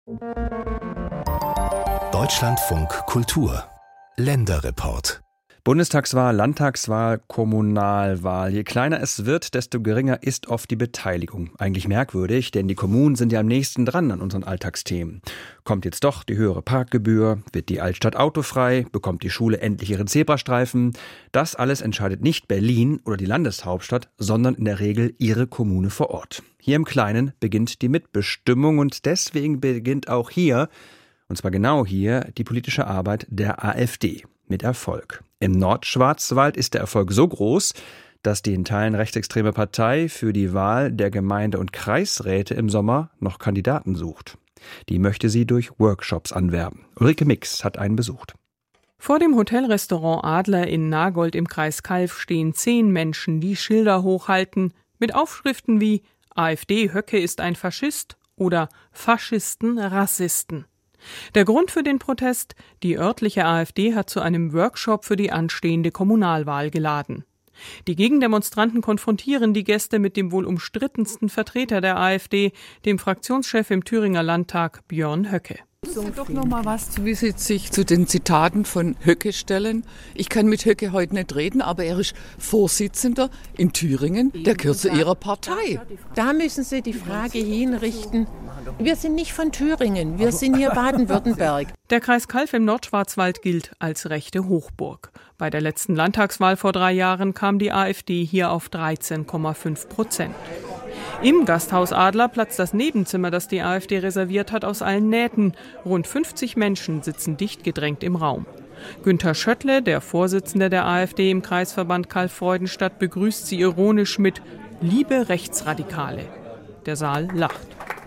Deutschlandfunk Kultur Länderreport. Bundestagswahl, Landtagswahl, Kommunalwahl. Je kleiner es wird, desto geringer ist oft die Beteiligung. Eigentlich merkwürdig, denn die Kommunen sind ja am nächsten dran an unseren Alltagsthemen. Kommt jetzt doch die höhere Parkgebühr? Wird die Altstadt autofrei? Bekommt die Schule endlich ihren Zebrastreifen? Das alles entscheidet nicht Berlin oder die Landeshauptstadt, sondern in der Regel ihre Kommune vor Ort. Hier im Kleinen beginnt die Mitbestimmung und deswegen beginnt auch hier, und zwar genau hier, die politische Arbeit der AfD. Mit Erfolg. Im Nordschwarzwald ist der Erfolg so groß, dass die in Teilen rechtsextreme Partei für die Wahl der Gemeinde- und Kreisräte im Sommer noch Kandidaten sucht. Die möchte sie durch Workshops anwerben. Ulrike Mix hat einen besucht. Vor dem Hotelrestaurant Adler in Nagold im Kreis Calw stehen 10 Menschen, die Schilder hochhalten mit Aufschriften wie AfD Höcke ist ein Faschist oder Faschisten Rassisten. Der Grund für den Protest: Die örtliche AfD hat zu einem Workshop für die anstehende Kommunalwahl geladen. Die Gegendemonstranten konfrontieren die Gäste mit dem wohl umstrittensten Vertreter der AfD, dem Fraktionschef im Thüringer Landtag Björn Höcke. Doch noch mal was, wie Sie sich zu den Zitaten von Höcke stellen. Ich kann mit Höcke heute nicht reden, aber er ist Vorsitzender in Thüringen, der gehört zu Ihrer Partei. Da müssen Sie die Frage hinrichten. Wir sind nicht von Thüringen, wir sind hier Baden-Württemberg. Der Kreis Calw im Nordschwarzwald gilt als rechte Hochburg. Bei der letzten Landtagswahl vor 3 Jahren kam die AfD hier auf 13,5%. Im Gasthaus Adler platzt das Nebenzimmer, das die AfD reserviert hat, aus allen Nähten. Rund 50 Menschen sitzen dicht gedrängt im Raum. Günter Schöttle, der Vorsitzende der AfD im Kreisverband Calw-Freudenstadt, begrüßt sie ironisch mit »Liebe Rechtsradikale«. Der Saal lacht.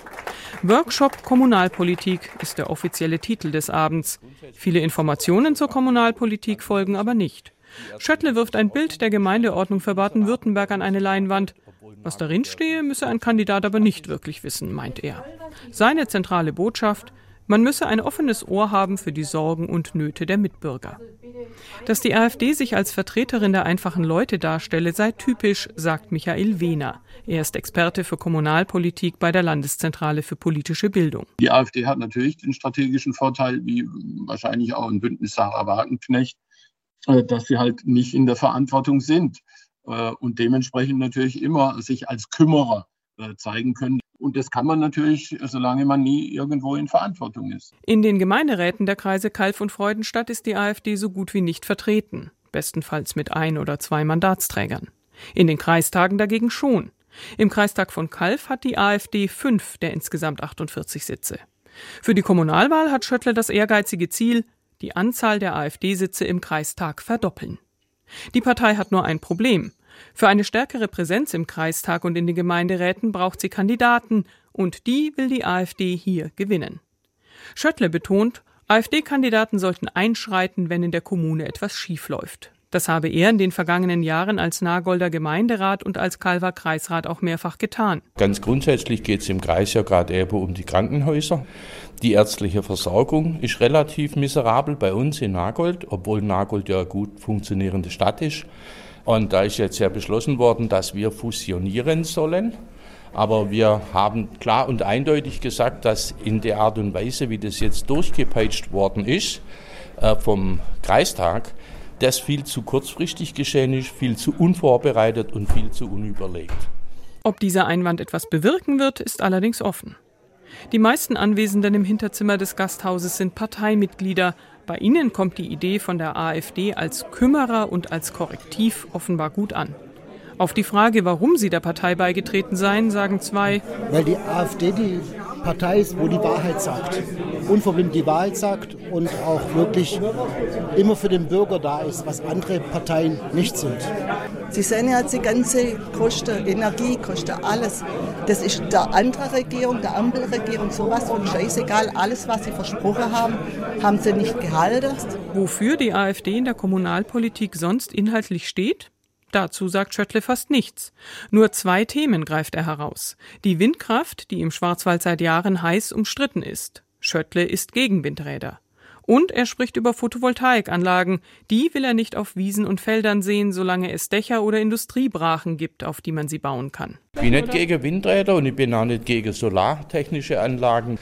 Workshop Kommunalpolitik ist der offizielle Titel des Abends. Viele Informationen zur Kommunalpolitik folgen aber nicht. Schöttle wirft ein Bild der Gemeindeordnung für Baden-Württemberg an eine Leinwand. Was darin stehe, müsse ein Kandidat aber nicht wirklich wissen, meint er. Seine zentrale Botschaft: Man müsse ein offenes Ohr haben für die Sorgen und Nöte der Mitbürger. Dass die AfD sich als Vertreterin der einfachen Leute darstelle, sei typisch, sagt Michael Wehner. Er ist Experte für Kommunalpolitik bei der Landeszentrale für politische Bildung. Die AfD hat natürlich den strategischen Vorteil, wie wahrscheinlich auch ein Bündnis Sarah Wagenknecht, dass sie halt nicht in der Verantwortung sind und dementsprechend natürlich immer sich als Kümmerer zeigen können. Und das kann man natürlich, solange man nie irgendwo in Verantwortung ist. In den Gemeinderäten der Kreise Calw und Freudenstadt ist die AfD so gut wie nicht vertreten. Bestenfalls mit 1 oder 2 Mandatsträgern. In den Kreistagen dagegen schon. Im Kreistag von Calw hat die AfD 5 der insgesamt 48 Sitze. Für die Kommunalwahl hat Schöttle das ehrgeizige Ziel: die Anzahl der AfD-Sitze im Kreistag verdoppeln. Die Partei hat nur ein Problem. Für eine stärkere Präsenz im Kreistag und in den Gemeinderäten braucht sie Kandidaten, und die will die AfD hier gewinnen. Schöttle betont, AfD-Kandidaten sollten einschreiten, wenn in der Kommune etwas schiefläuft. Das habe er in den vergangenen Jahren als Nagolder Gemeinderat und als Calwer Kreisrat auch mehrfach getan. Ganz grundsätzlich geht es im Kreis ja gerade eben um die Krankenhäuser. Die ärztliche Versorgung ist relativ miserabel bei uns in Nagold, obwohl Nagold ja eine gut funktionierende Stadt ist. Und da ist jetzt ja beschlossen worden, dass wir fusionieren sollen. Aber wir haben klar und eindeutig gesagt, dass in der Art und Weise, wie das jetzt durchgepeitscht worden ist vom Kreistag, das viel zu kurzfristig geschehen ist, viel zu unvorbereitet und viel zu unüberlegt. Ob dieser Einwand etwas bewirken wird, ist allerdings offen. Die meisten Anwesenden im Hinterzimmer des Gasthauses sind Parteimitglieder. Bei ihnen kommt die Idee von der AfD als Kümmerer und als Korrektiv offenbar gut an. Auf die Frage, warum sie der Partei beigetreten seien, sagen 2: Weil die AfD die Partei ist, wo die Wahrheit sagt. Unverblümt die Wahrheit sagt und auch wirklich immer für den Bürger da ist, was andere Parteien nicht sind. Sie sehen ja die ganze Kosten, Energiekosten, alles. Das ist der anderen Regierung, der Ampelregierung sowas von scheißegal. Alles, was sie versprochen haben, haben sie nicht gehalten. Wofür die AfD in der Kommunalpolitik sonst inhaltlich steht? Dazu sagt Schöttle fast nichts. Nur 2 Themen greift er heraus. Die Windkraft, die im Schwarzwald seit Jahren heiß umstritten ist. Schöttle ist gegen Windräder. Und er spricht über Photovoltaikanlagen. Die will er nicht auf Wiesen und Feldern sehen, solange es Dächer oder Industriebrachen gibt, auf die man sie bauen kann. Ich bin nicht gegen Windräder und ich bin auch nicht gegen solartechnische Anlagen.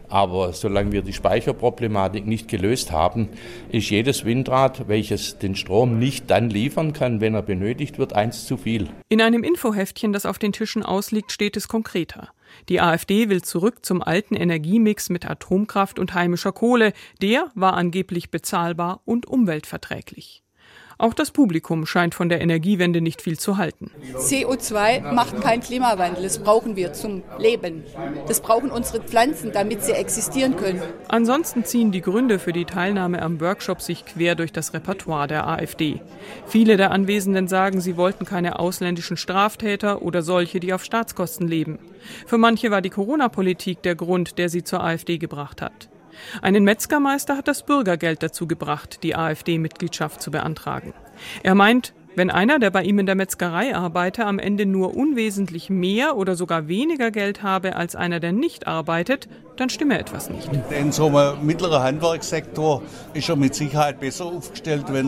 Aber solange wir die Speicherproblematik nicht gelöst haben, ist jedes Windrad, welches den Strom nicht dann liefern kann, wenn er benötigt wird, eins zu viel. In einem Infoheftchen, das auf den Tischen ausliegt, steht es konkreter. Die AfD will zurück zum alten Energiemix mit Atomkraft und heimischer Kohle. Der war angeblich bezahlbar und umweltverträglich. Auch das Publikum scheint von der Energiewende nicht viel zu halten. CO2 macht keinen Klimawandel, das brauchen wir zum Leben. Das brauchen unsere Pflanzen, damit sie existieren können. Ansonsten ziehen die Gründe für die Teilnahme am Workshop sich quer durch das Repertoire der AfD. Viele der Anwesenden sagen, sie wollten keine ausländischen Straftäter oder solche, die auf Staatskosten leben. Für manche war die Corona-Politik der Grund, der sie zur AfD gebracht hat. Einen Metzgermeister hat das Bürgergeld dazu gebracht, die AfD-Mitgliedschaft zu beantragen. Er meint, wenn einer, der bei ihm in der Metzgerei arbeite, am Ende nur unwesentlich mehr oder sogar weniger Geld habe als einer, der nicht arbeitet, dann stimme etwas nicht. In so einem mittleren Handwerkssektor ist er mit Sicherheit besser aufgestellt, wenn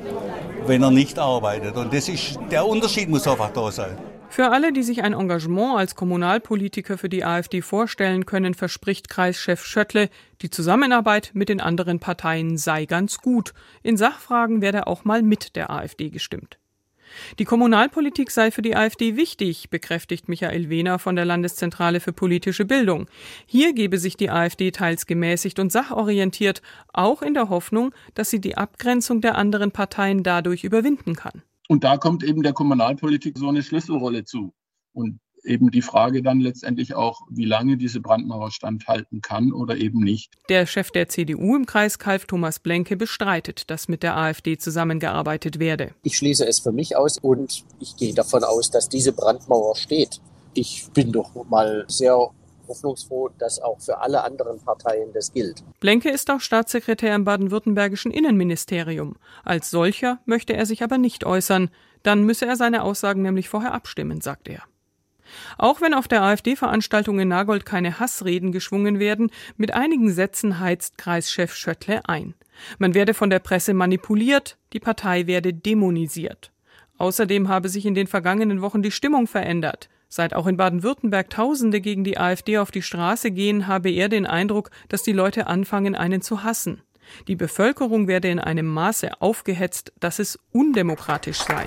er nicht arbeitet. Und der Unterschied muss einfach da sein. Für alle, die sich ein Engagement als Kommunalpolitiker für die AfD vorstellen können, verspricht Kreischef Schöttle, die Zusammenarbeit mit den anderen Parteien sei ganz gut. In Sachfragen werde auch mal mit der AfD gestimmt. Die Kommunalpolitik sei für die AfD wichtig, bekräftigt Michael Wehner von der Landeszentrale für politische Bildung. Hier gebe sich die AfD teils gemäßigt und sachorientiert, auch in der Hoffnung, dass sie die Abgrenzung der anderen Parteien dadurch überwinden kann. Und da kommt eben der Kommunalpolitik so eine Schlüsselrolle zu. Und eben die Frage dann letztendlich auch, wie lange diese Brandmauer standhalten kann oder eben nicht. Der Chef der CDU im Kreis Calw, Thomas Blenke, bestreitet, dass mit der AfD zusammengearbeitet werde. Ich schließe es für mich aus und ich gehe davon aus, dass diese Brandmauer steht. Ich bin doch mal sehr hoffnungsfroh, dass auch für alle anderen Parteien das gilt. Blenke ist auch Staatssekretär im baden-württembergischen Innenministerium. Als solcher möchte er sich aber nicht äußern. Dann müsse er seine Aussagen nämlich vorher abstimmen, sagt er. Auch wenn auf der AfD-Veranstaltung in Nagold keine Hassreden geschwungen werden, mit einigen Sätzen heizt Kreischef Schöttle ein. Man werde von der Presse manipuliert, die Partei werde dämonisiert. Außerdem habe sich in den vergangenen Wochen die Stimmung verändert. Seit auch in Baden-Württemberg Tausende gegen die AfD auf die Straße gehen, habe er den Eindruck, dass die Leute anfangen, einen zu hassen. Die Bevölkerung werde in einem Maße aufgehetzt, dass es undemokratisch sei.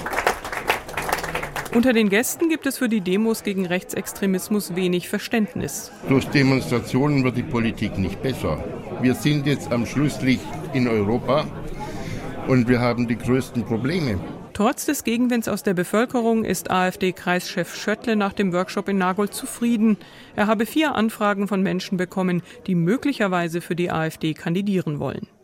Unter den Gästen gibt es für die Demos gegen Rechtsextremismus wenig Verständnis. Durch Demonstrationen wird die Politik nicht besser. Wir sind jetzt am Schlusslicht in Europa und wir haben die größten Probleme. Trotz des Gegenwinds aus der Bevölkerung ist AfD-Kreischef Schöttle nach dem Workshop in Nagold zufrieden. Er habe 4 Anfragen von Menschen bekommen, die möglicherweise für die AfD kandidieren wollen.